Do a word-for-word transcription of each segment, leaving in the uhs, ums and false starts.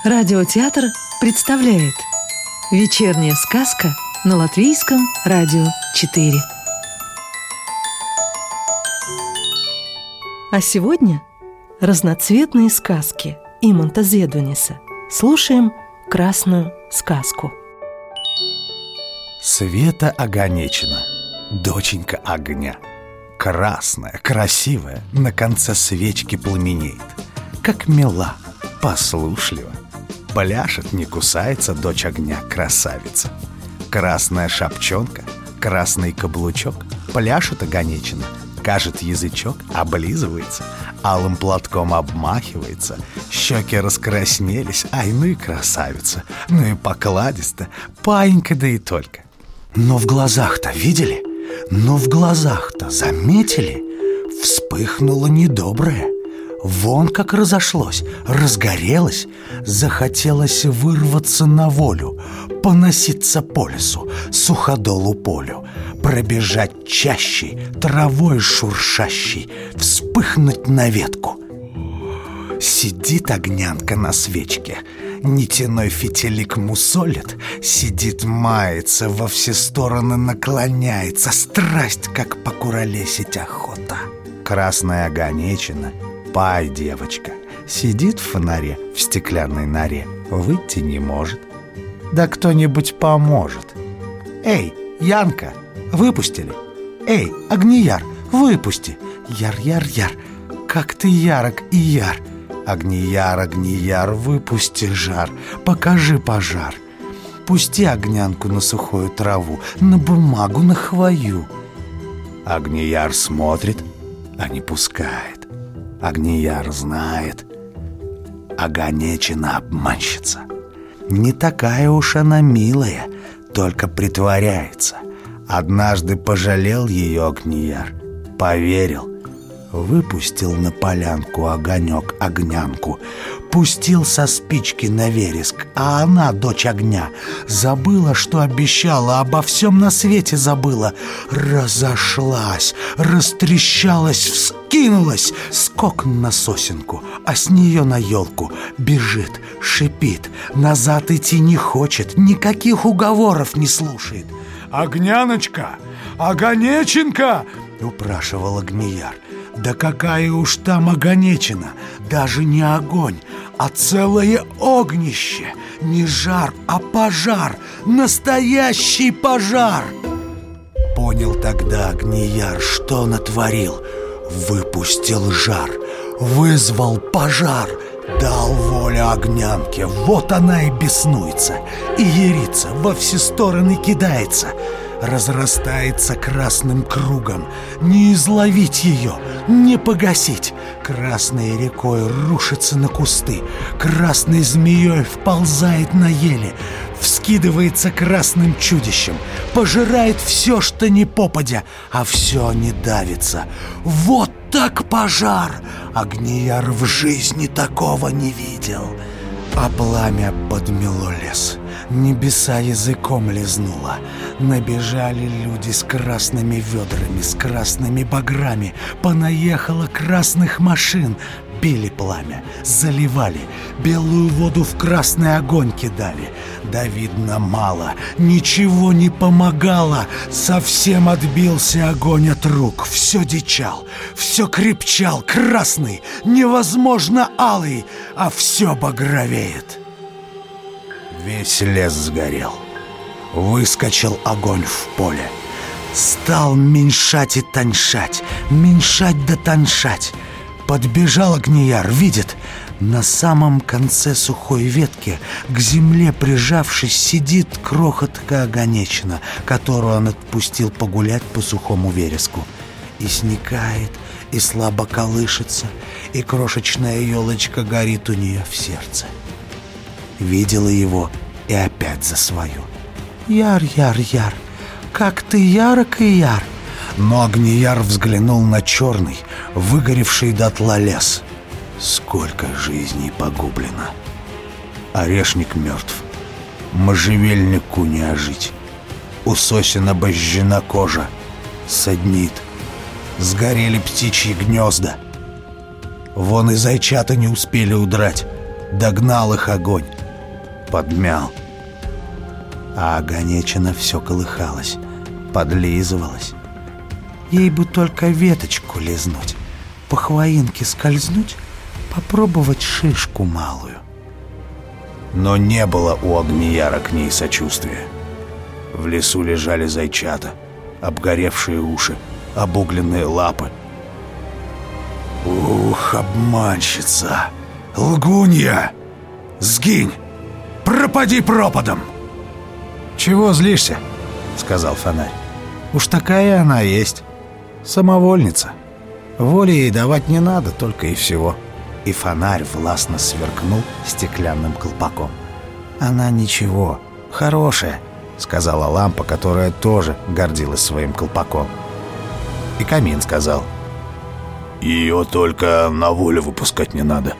Радиотеатр представляет «Вечерняя сказка» на Латвийском радио четыре. А сегодня разноцветные сказки Иманта Зедуниса. Слушаем красную сказку. Света Оганечина, доченька огня. Красная, красивая, на конце свечки пламенеет. Как мила, послушлива. Пляшет, не кусается дочь огня, красавица. Красная шапчонка, красный каблучок. Пляшет Оганечина, кажет язычок, облизывается, алым платком обмахивается. Щеки раскраснелись, ай, ну и красавица. Ну и покладисто, паинька, да и только. Но в глазах-то видели? Но в глазах-то заметили? Вспыхнуло недоброе. Вон как разошлось, разгорелось. Захотелось вырваться на волю, поноситься по лесу, суходолу полю, пробежать чащей, травой шуршащей, вспыхнуть на ветку. Сидит огнянка на свечке, нитяной фитилик мусолит, сидит, мается, во все стороны наклоняется. Страсть, как покуролесить охота. Красная Оганечина, пай девочка, сидит в фонаре в стеклянной норе, выйти не может. Да кто-нибудь поможет. Эй, Янка, выпустили. Эй, Огнияр, выпусти. Яр-яр-яр, как ты ярок и яр. Огнияр, Огнияр, выпусти жар, покажи пожар. Пусти огнянку на сухую траву, на бумагу, на хвою. Огнияр смотрит, а не пускает. Огнияр знает, Оганечина обманщица. Не такая уж она милая, только притворяется. Однажды пожалел ее Огнияр, поверил. Выпустил на полянку огонек огнянку, пустил со спички на вереск, а она, дочь огня, забыла, что обещала, обо всем на свете забыла. Разошлась, растрещалась, вскинулась, скок на сосенку, а с нее на елку. Бежит, шипит, назад идти не хочет, никаких уговоров не слушает. «Огняночка! Оганеченка!» — упрашивал Огнияр. Да какая уж там Оганечина, даже не огонь, а целое огнище. Не жар, а пожар, настоящий пожар. Понял тогда Огнияр, что натворил. Выпустил жар, вызвал пожар, дал волю огнянке. Вот она и беснуется, и ярится, во все стороны кидается. Разрастается красным кругом. Не изловить ее, не погасить. Красной рекой рушится на кусты, красной змеей вползает на ели, вскидывается красным чудищем, пожирает все, что не попадя, а все не давится. Вот так пожар! Огнияр в жизни такого не видел. А пламя подмело лес, небеса языком лизнуло. Набежали люди с красными ведрами, с красными баграми. Понаехало красных машин. Били пламя, заливали, белую воду в красный огонь кидали. Да, видно, мало, ничего не помогало. Совсем отбился огонь от рук. Все дичал, все крепчал, красный, невозможно алый, а все багровеет. Весь лес сгорел. Выскочил огонь в поле. Стал меньшать и тоньшать, меньшать да тоньшать. Подбежал Огнияр, видит, на самом конце сухой ветки, к земле прижавшись, сидит крохотка Оганечина, которую он отпустил погулять по сухому вереску. И сникает, и слабо колышется, и крошечная елочка горит у нее в сердце. Видела его и опять за свою. «Яр, яр, яр, как ты ярок и яр!» Но Огнияр взглянул на черный, выгоревший дотла лес. Сколько жизней погублено! Орешник мертв, можжевельнику не ожить. У сосен обожжена кожа, саднит. Сгорели птичьи гнезда. Вон и зайчата не успели удрать. Догнал их огонь, подмял. А Огонечина все колыхалась, подлизывалась. Ей бы только веточку лизнуть, по хвоинке скользнуть, попробовать шишку малую. Но не было у Огнияра к ней сочувствия. В лесу лежали зайчата, обгоревшие уши, обугленные лапы. «Ух, обманщица! Лгунья! Сгинь! Пропади пропадом!» «Чего злишься?» — сказал фонарь. «Уж такая она есть. Самовольница. Воли ей давать не надо, только и всего». И фонарь властно сверкнул стеклянным колпаком. «Она ничего, хорошая», — сказала лампа, которая тоже гордилась своим колпаком. И камин сказал: «Ее только на волю выпускать не надо».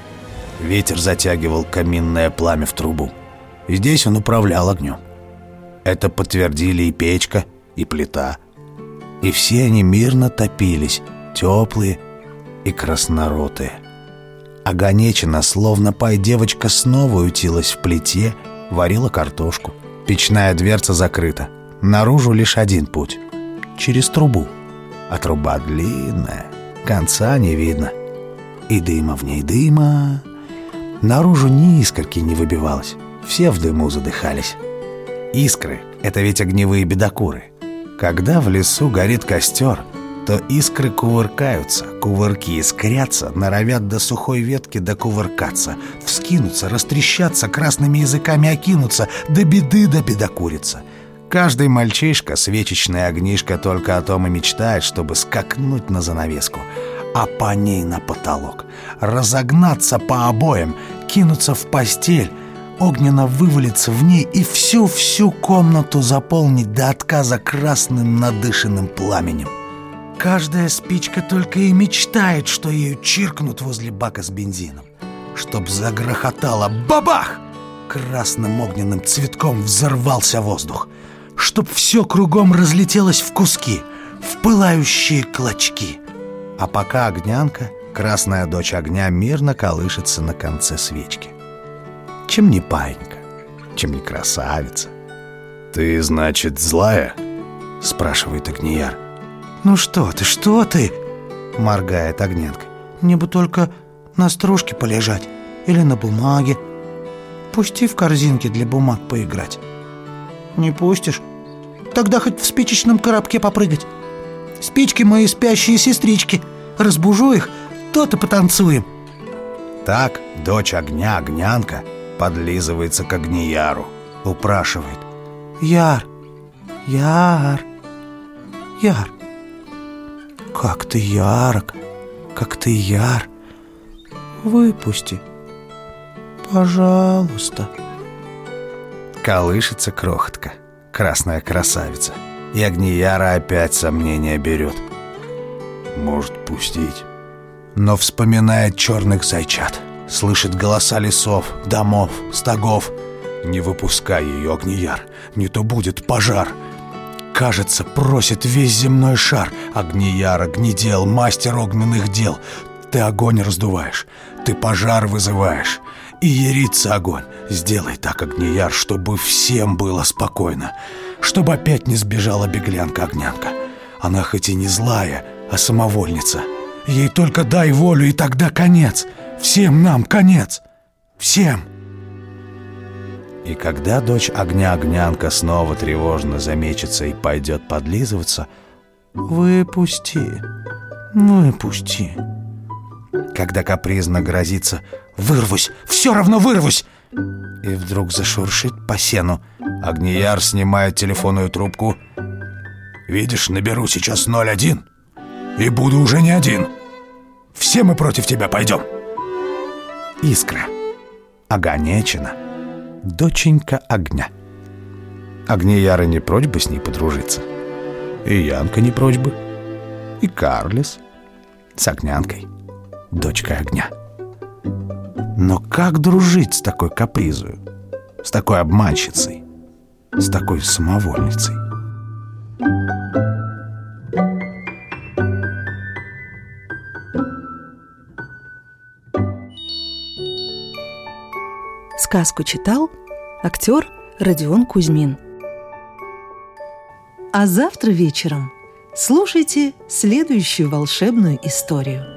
Ветер затягивал каминное пламя в трубу. И здесь он управлял огнем. Это подтвердили и печка, и плита. И все они мирно топились, теплые и красноротые. Огонечина, словно пай-девочка, снова ютилась в плите, варила картошку. Печная дверца закрыта. Наружу лишь один путь — через трубу. А труба длинная, конца не видно. И дыма в ней дыма. Наружу ни искорки не выбивалось. Все в дыму задыхались. Искры — это ведь огневые бедокуры. Когда в лесу горит костер, то искры кувыркаются, кувырки искрятся, норовят до сухой ветки докувыркаться, вскинутся, растрещаться, красными языками окинутся, до беды добедокуриться. Каждый мальчишка, свечечный огнишко, только о том и мечтает, чтобы скакнуть на занавеску, а по ней на потолок, разогнаться по обоям, кинуться в постель, огненно вывалиться в ней и всю-всю комнату заполнить до отказа красным надышанным пламенем. Каждая спичка только и мечтает, что ею чиркнут возле бака с бензином, чтоб загрохотало бабах! Красным огненным цветком взорвался воздух, чтоб все кругом разлетелось в куски, в пылающие клочки. А пока огнянка, красная дочь огня, мирно колышется на конце свечки. Чем не паинька, чем не красавица. «Ты, значит, злая?» — спрашивает Огнияр. «Ну что ты, что ты?» — моргает Огнянка. «Мне бы только на стружке полежать или на бумаге. Пусти в корзинке для бумаг поиграть». «Не пустишь? Тогда хоть в спичечном коробке попрыгать. Спички мои спящие сестрички. Разбужу их, то-то потанцуем». Так дочь огня, Огнянка, подлизывается к Огнияру, упрашивает: «Яр, Яр, Яр, как ты ярок, как ты яр, выпусти, пожалуйста». Колышется крохотка, красная красавица, и Огнияра опять сомнение берет. Может, пустить, но вспоминает черных зайчат, слышит голоса лесов, домов, стогов. Не выпускай ее, Огнияр, не то будет пожар. Кажется, просит весь земной шар. Огнияр, огнедел, мастер огненных дел. Ты огонь раздуваешь, ты пожар вызываешь. И ярится огонь. Сделай так, Огнияр, чтобы всем было спокойно, чтобы опять не сбежала беглянка-огнянка. Она хоть и не злая, а самовольница. Ей только дай волю, и тогда конец. Всем нам конец. Всем. И когда дочь огня Огнянка снова тревожно замечется и пойдет подлизываться: «Выпусти, выпусти». Когда капризно грозится: «Вырвусь, все равно вырвусь!» И вдруг зашуршит по сену. Огнияр снимает телефонную трубку. «Видишь, наберу сейчас ноль один и буду уже не один. Все мы против тебя пойдем». Искра, Огонечина, доченька огня. Огнияра не прочь бы с ней подружиться, и Янка не прочь бы, и Карлис с Огнянкой, дочкой огня. Но как дружить с такой капризою, с такой обманщицей, с такой самовольницей? Сказку читал актер Родион Кузьмин. А завтра вечером слушайте следующую волшебную историю.